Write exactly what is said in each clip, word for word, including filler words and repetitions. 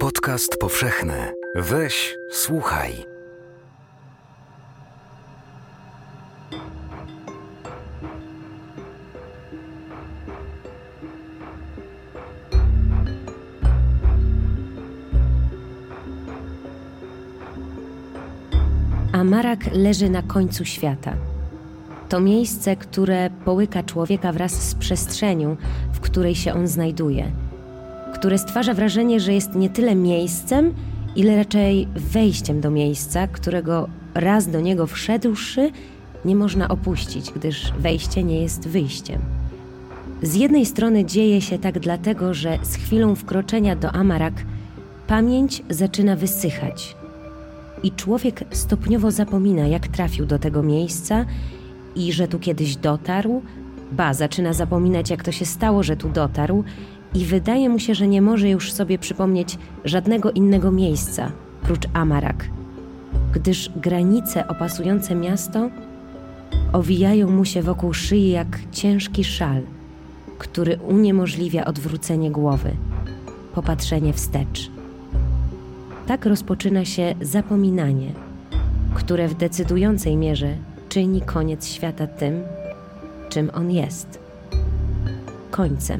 Podcast powszechny. Weź, słuchaj. Amarak leży na końcu świata. To miejsce, które połyka człowieka wraz z przestrzenią, w której się on znajduje, które stwarza wrażenie, że jest nie tyle miejscem, ile raczej wejściem do miejsca, którego raz do niego wszedłszy, nie można opuścić, gdyż wejście nie jest wyjściem. Z jednej strony dzieje się tak dlatego, że z chwilą wkroczenia do Amarak pamięć zaczyna wysychać i człowiek stopniowo zapomina, jak trafił do tego miejsca i że tu kiedyś dotarł, ba, zaczyna zapominać, jak to się stało, że tu dotarł, i wydaje mu się, że nie może już sobie przypomnieć żadnego innego miejsca, prócz Amarak, gdyż granice opasujące miasto owijają mu się wokół szyi jak ciężki szal, który uniemożliwia odwrócenie głowy, popatrzenie wstecz. Tak rozpoczyna się zapominanie, które w decydującej mierze czyni koniec świata tym, czym on jest – końcem.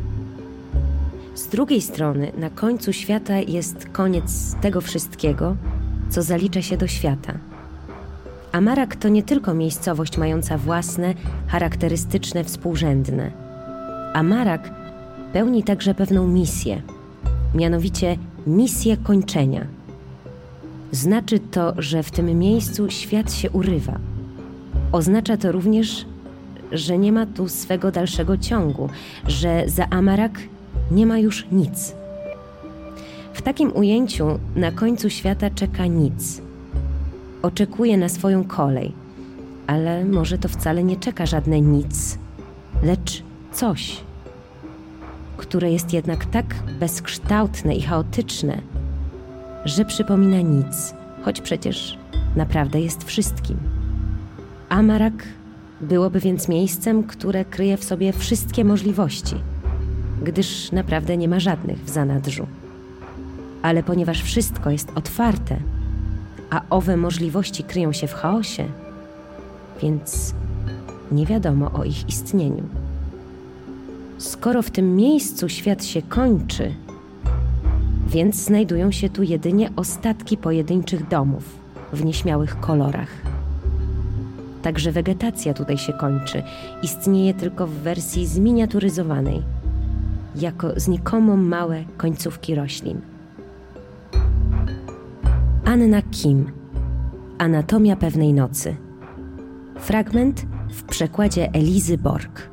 Z drugiej strony, na końcu świata jest koniec tego wszystkiego, co zalicza się do świata. Amarak to nie tylko miejscowość mająca własne, charakterystyczne, współrzędne. Amarak pełni także pewną misję, mianowicie misję kończenia. Znaczy to, że w tym miejscu świat się urywa. Oznacza to również, że nie ma tu swego dalszego ciągu, że za Amarak nie ma już nic. W takim ujęciu na końcu świata czeka nic. Oczekuje na swoją kolej, ale może to wcale nie czeka żadne nic, lecz coś, które jest jednak tak bezkształtne i chaotyczne, że przypomina nic, choć przecież naprawdę jest wszystkim. Amarak byłoby więc miejscem, które kryje w sobie wszystkie możliwości, gdyż naprawdę nie ma żadnych w zanadrzu. Ale ponieważ wszystko jest otwarte, a owe możliwości kryją się w chaosie, więc nie wiadomo o ich istnieniu. Skoro w tym miejscu świat się kończy, więc znajdują się tu jedynie ostatki pojedynczych domów w nieśmiałych kolorach. Także wegetacja tutaj się kończy, istnieje tylko w wersji zminiaturyzowanej, jako znikomo małe końcówki roślin. Anna Kim. Anatomia pewnej nocy. Fragment w przekładzie Elizy Borg.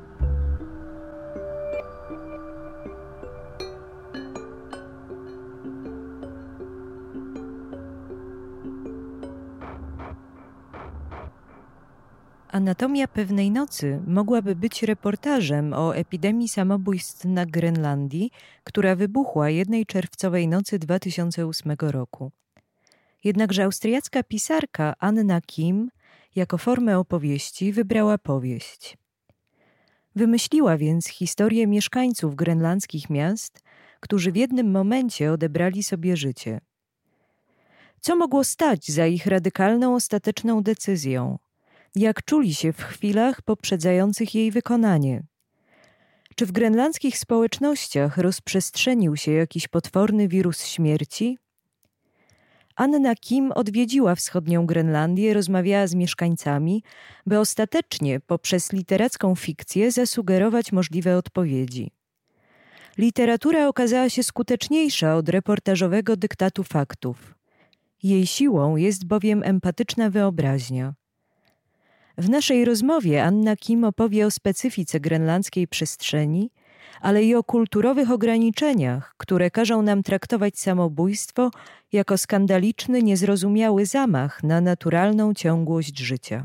Anatomia pewnej nocy mogłaby być reportażem o epidemii samobójstw na Grenlandii, która wybuchła jednej czerwcowej nocy dwa tysiące ósmego roku. Jednakże austriacka pisarka Anna Kim jako formę opowieści wybrała powieść. Wymyśliła więc historię mieszkańców grenlandzkich miast, którzy w jednym momencie odebrali sobie życie. Co mogło stać za ich radykalną, ostateczną decyzją? Jak czuli się w chwilach poprzedzających jej wykonanie? Czy w grenlandzkich społecznościach rozprzestrzenił się jakiś potworny wirus śmierci? Anna Kim odwiedziła wschodnią Grenlandię, rozmawiała z mieszkańcami, by ostatecznie poprzez literacką fikcję zasugerować możliwe odpowiedzi. Literatura okazała się skuteczniejsza od reportażowego dyktatu faktów. Jej siłą jest bowiem empatyczna wyobraźnia. W naszej rozmowie Anna Kim opowie o specyfice grenlandzkiej przestrzeni, ale i o kulturowych ograniczeniach, które każą nam traktować samobójstwo jako skandaliczny, niezrozumiały zamach na naturalną ciągłość życia.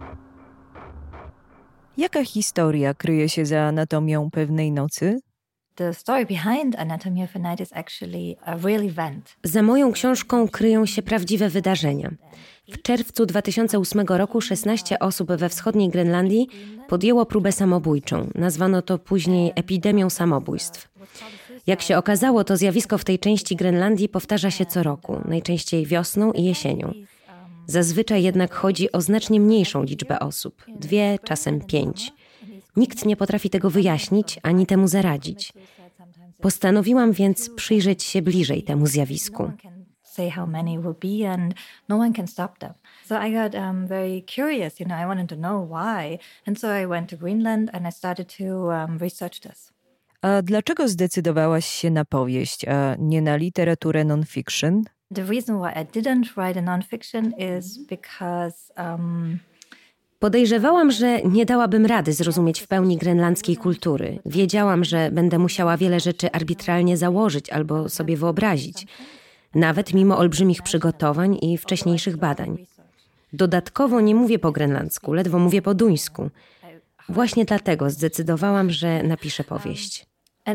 Jaka historia kryje się za anatomią pewnej nocy? Za moją książką kryją się prawdziwe wydarzenia. W czerwcu dwa tysiące ósmego roku szesnaście osób we wschodniej Grenlandii podjęło próbę samobójczą. Nazwano to później epidemią samobójstw. Jak się okazało, to zjawisko w tej części Grenlandii powtarza się co roku, najczęściej wiosną i jesienią. Zazwyczaj jednak chodzi o znacznie mniejszą liczbę osób, dwie, czasem pięć. Nikt nie potrafi tego wyjaśnić, ani temu zaradzić. Postanowiłam więc przyjrzeć się bliżej temu zjawisku. Say how many will be and no one can stop them. So I got um, very curious, you know, I wanted to know why. And so I went to Greenland and I started to um, research this. A dlaczego zdecydowałaś się na powieść, a nie na literaturę non-fiction? The reason why I didn't write a non-fiction is because um, Podejrzewałam, że nie dałabym rady zrozumieć w pełni grenlandzkiej kultury. Wiedziałam, że będę musiała wiele rzeczy arbitralnie założyć albo sobie wyobrazić. Nawet mimo olbrzymich przygotowań i wcześniejszych badań. Dodatkowo nie mówię po grenlandzku, ledwo mówię po duńsku. Właśnie dlatego zdecydowałam, że napiszę powieść.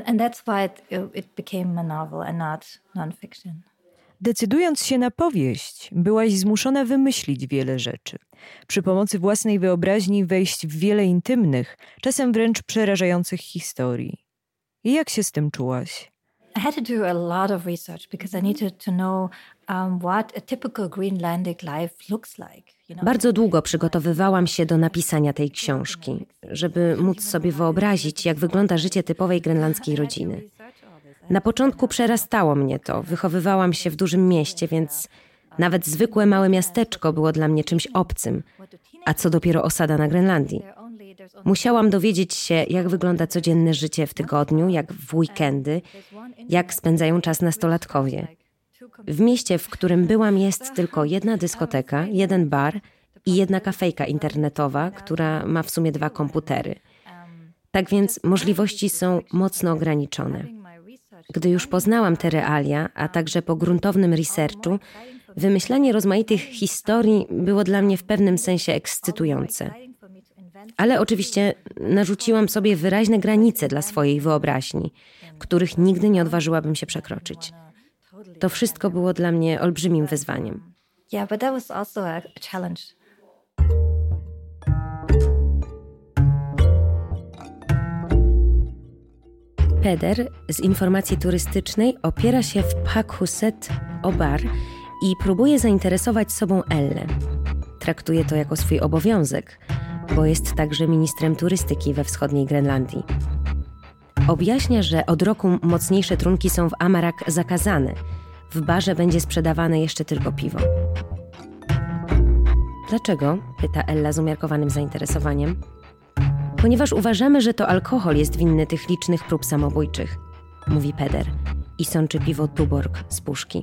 Decydując się na powieść, byłaś zmuszona wymyślić wiele rzeczy. Przy pomocy własnej wyobraźni wejść w wiele intymnych, czasem wręcz przerażających historii. I jak się z tym czułaś? I had to do a lot of research because I needed to know um, what a typical Greenlandic life looks like. You know? Bardzo długo przygotowywałam się do napisania tej książki, żeby móc sobie wyobrazić, jak wygląda życie typowej grenlandzkiej rodziny. Na początku przerastało mnie to. Wychowywałam się w dużym mieście, więc nawet zwykłe małe miasteczko było dla mnie czymś obcym. A co dopiero osada na Grenlandii. Musiałam dowiedzieć się, jak wygląda codzienne życie w tygodniu, jak w weekendy, jak spędzają czas nastolatkowie. W mieście, w którym byłam, jest tylko jedna dyskoteka, jeden bar i jedna kafejka internetowa, która ma w sumie dwa komputery. Tak więc możliwości są mocno ograniczone. Gdy już poznałam te realia, a także po gruntownym researchu, wymyślanie rozmaitych historii było dla mnie w pewnym sensie ekscytujące. Ale oczywiście narzuciłam sobie wyraźne granice dla swojej wyobraźni, których nigdy nie odważyłabym się przekroczyć. To wszystko było dla mnie olbrzymim wyzwaniem. Yeah, but that was also a challenge. Peder z informacji turystycznej opiera się w Pakhuset o bar i próbuje zainteresować sobą Ellę. Traktuje to jako swój obowiązek, bo jest także ministrem turystyki we wschodniej Grenlandii. Objaśnia, że od roku mocniejsze trunki są w Amarak zakazane. W barze będzie sprzedawane jeszcze tylko piwo. Dlaczego? Pyta Ella z umiarkowanym zainteresowaniem. Ponieważ uważamy, że to alkohol jest winny tych licznych prób samobójczych, mówi Peder i sączy piwo Tuborg z puszki.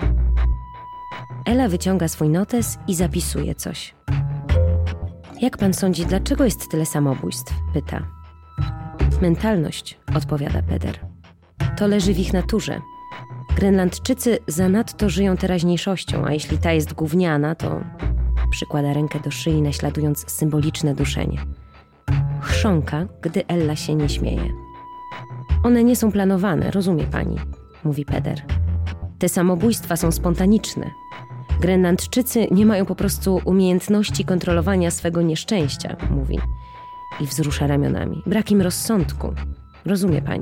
Ella wyciąga swój notes i zapisuje coś. Jak pan sądzi, dlaczego jest tyle samobójstw? Pyta. Mentalność, odpowiada Peder. To leży w ich naturze. Grenlandczycy zanadto żyją teraźniejszością, a jeśli ta jest gówniana, to przykłada rękę do szyi, naśladując symboliczne duszenie. Chrząka, gdy Ella się nie śmieje. One nie są planowane, rozumie pani, mówi Peder. Te samobójstwa są spontaniczne. Grenlandczycy nie mają po prostu umiejętności kontrolowania swego nieszczęścia, mówi. I wzrusza ramionami. Brak im rozsądku. Rozumie pani.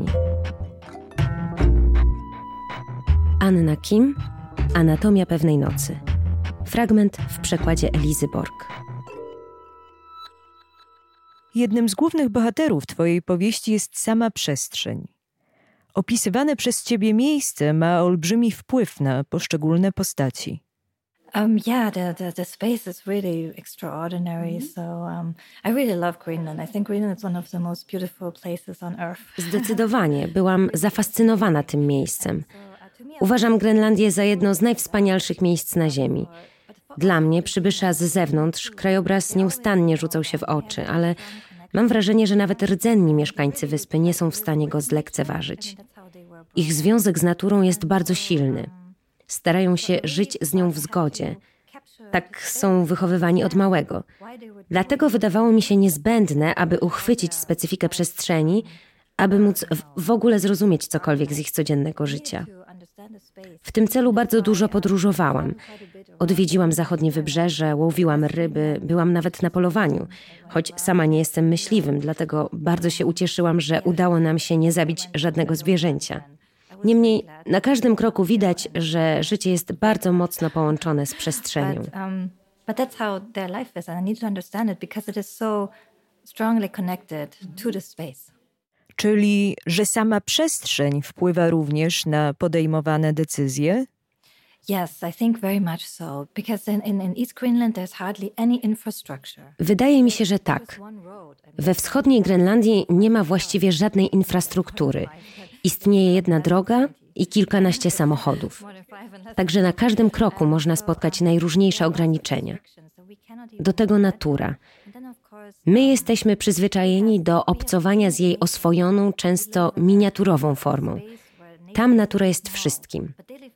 Anna Kim, Anatomia pewnej nocy. Fragment w przekładzie Elizy Borg. Jednym z głównych bohaterów twojej powieści jest sama przestrzeń. Opisywane przez ciebie miejsce ma olbrzymi wpływ na poszczególne postaci. Um, yeah, the, the, the space is really extraordinary. So um, I really love Greenland. I think Greenland is one of the most beautiful places on Earth. Zdecydowanie. Byłam zafascynowana tym miejscem. Uważam Grenlandię za jedno z najwspanialszych miejsc na Ziemi. Dla mnie, przybysza z zewnątrz, krajobraz nieustannie rzucał się w oczy, ale mam wrażenie, że nawet rdzenni mieszkańcy wyspy nie są w stanie go zlekceważyć. Ich związek z naturą jest bardzo silny. Starają się żyć z nią w zgodzie. Tak są wychowywani od małego. Dlatego wydawało mi się niezbędne, aby uchwycić specyfikę przestrzeni, aby móc w, w ogóle zrozumieć cokolwiek z ich codziennego życia. W tym celu bardzo dużo podróżowałam. Odwiedziłam zachodnie wybrzeże, łowiłam ryby, byłam nawet na polowaniu. Choć sama nie jestem myśliwym, dlatego bardzo się ucieszyłam, że udało nam się nie zabić żadnego zwierzęcia. Niemniej na każdym kroku widać, że życie jest bardzo mocno połączone z przestrzenią. But, um, but that's how their life is, and I need to understand it because it is so strongly connected to the space. Czyli, że sama przestrzeń wpływa również na podejmowane decyzje? Yes, I think very much so, because in, in, in East Greenland there's hardly any infrastructure. Wydaje mi się, że tak. We wschodniej Grenlandii nie ma właściwie żadnej infrastruktury. Istnieje jedna droga i kilkanaście samochodów. Także na każdym kroku można spotkać najróżniejsze ograniczenia. Do tego natura. My jesteśmy przyzwyczajeni do obcowania z jej oswojoną, często miniaturową formą. Tam natura jest wszystkim.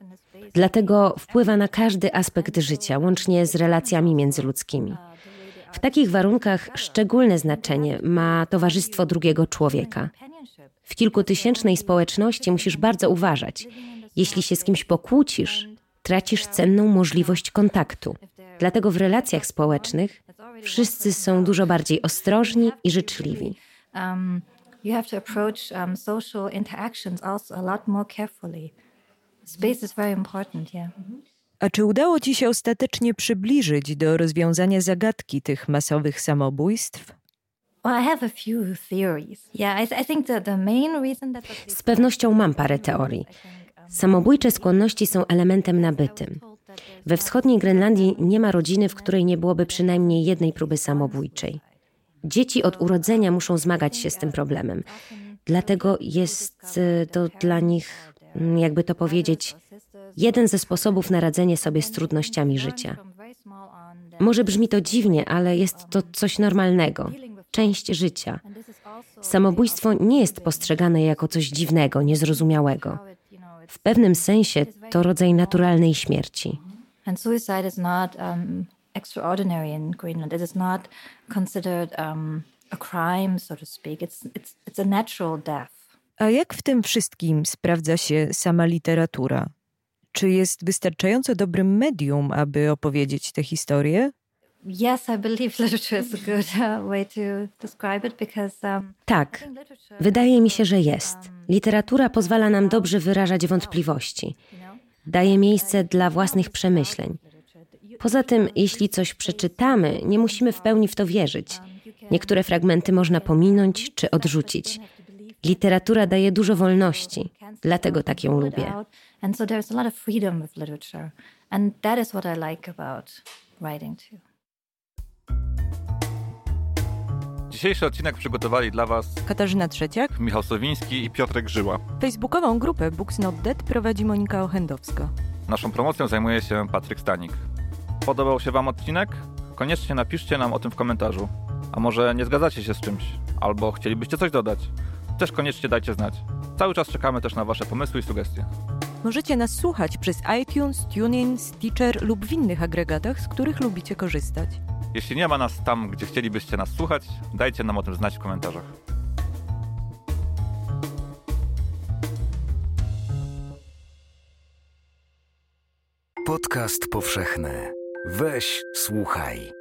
Dlatego wpływa na każdy aspekt życia, łącznie z relacjami międzyludzkimi. W takich warunkach szczególne znaczenie ma towarzystwo drugiego człowieka. W kilkutysięcznej społeczności musisz bardzo uważać. Jeśli się z kimś pokłócisz, tracisz cenną możliwość kontaktu. Dlatego w relacjach społecznych wszyscy są dużo bardziej ostrożni i życzliwi. Um, you have to approach um, social interactions also a lot more carefully. Space is very important, yeah. A czy udało ci się ostatecznie przybliżyć do rozwiązania zagadki tych masowych samobójstw? Well, I have a few theories. Yeah, I, I think that the main reason that... Z pewnością mam parę teorii. Samobójcze skłonności są elementem nabytym. We wschodniej Grenlandii nie ma rodziny, w której nie byłoby przynajmniej jednej próby samobójczej. Dzieci od urodzenia muszą zmagać się z tym problemem. Dlatego jest to dla nich, jakby to powiedzieć, jeden ze sposobów na radzenie sobie z trudnościami życia. Może brzmi to dziwnie, ale jest to coś normalnego, część życia. Samobójstwo nie jest postrzegane jako coś dziwnego, niezrozumiałego. W pewnym sensie to rodzaj naturalnej śmierci. And suicide is not um, extraordinary in Greenland. It is not considered um, a crime, so to speak. It's, it's, it's a natural death. A jak w tym wszystkim sprawdza się sama literatura? Czy jest wystarczająco dobrym medium, aby opowiedzieć tę historię? Yes, I believe literature is a good uh, way to describe it because um, Tak, wydaje mi się, że jest. Literatura pozwala nam dobrze wyrażać wątpliwości. Daje miejsce dla własnych przemyśleń. Poza tym, jeśli coś przeczytamy, nie musimy w pełni w to wierzyć. Niektóre fragmenty można pominąć czy odrzucić. Literatura daje dużo wolności, dlatego tak ją lubię. And so there's a lot of freedom with literature. And that is what I like about writing too. Dzisiejszy odcinek przygotowali dla Was Katarzyna Trzeciak, Michał Sowiński i Piotrek Żyła. Facebookową grupę Books Not Dead prowadzi Monika Ochendowska. Naszą promocją zajmuje się Patryk Stanik. Podobał się Wam odcinek? Koniecznie napiszcie nam o tym w komentarzu. A może nie zgadzacie się z czymś? Albo chcielibyście coś dodać? Też koniecznie dajcie znać. Cały czas czekamy też na Wasze pomysły i sugestie. Możecie nas słuchać przez iTunes, TuneIn, Stitcher lub w innych agregatach, z których lubicie korzystać. Jeśli nie ma nas tam, gdzie chcielibyście nas słuchać, dajcie nam o tym znać w komentarzach. Podcast powszechny. Weź, słuchaj.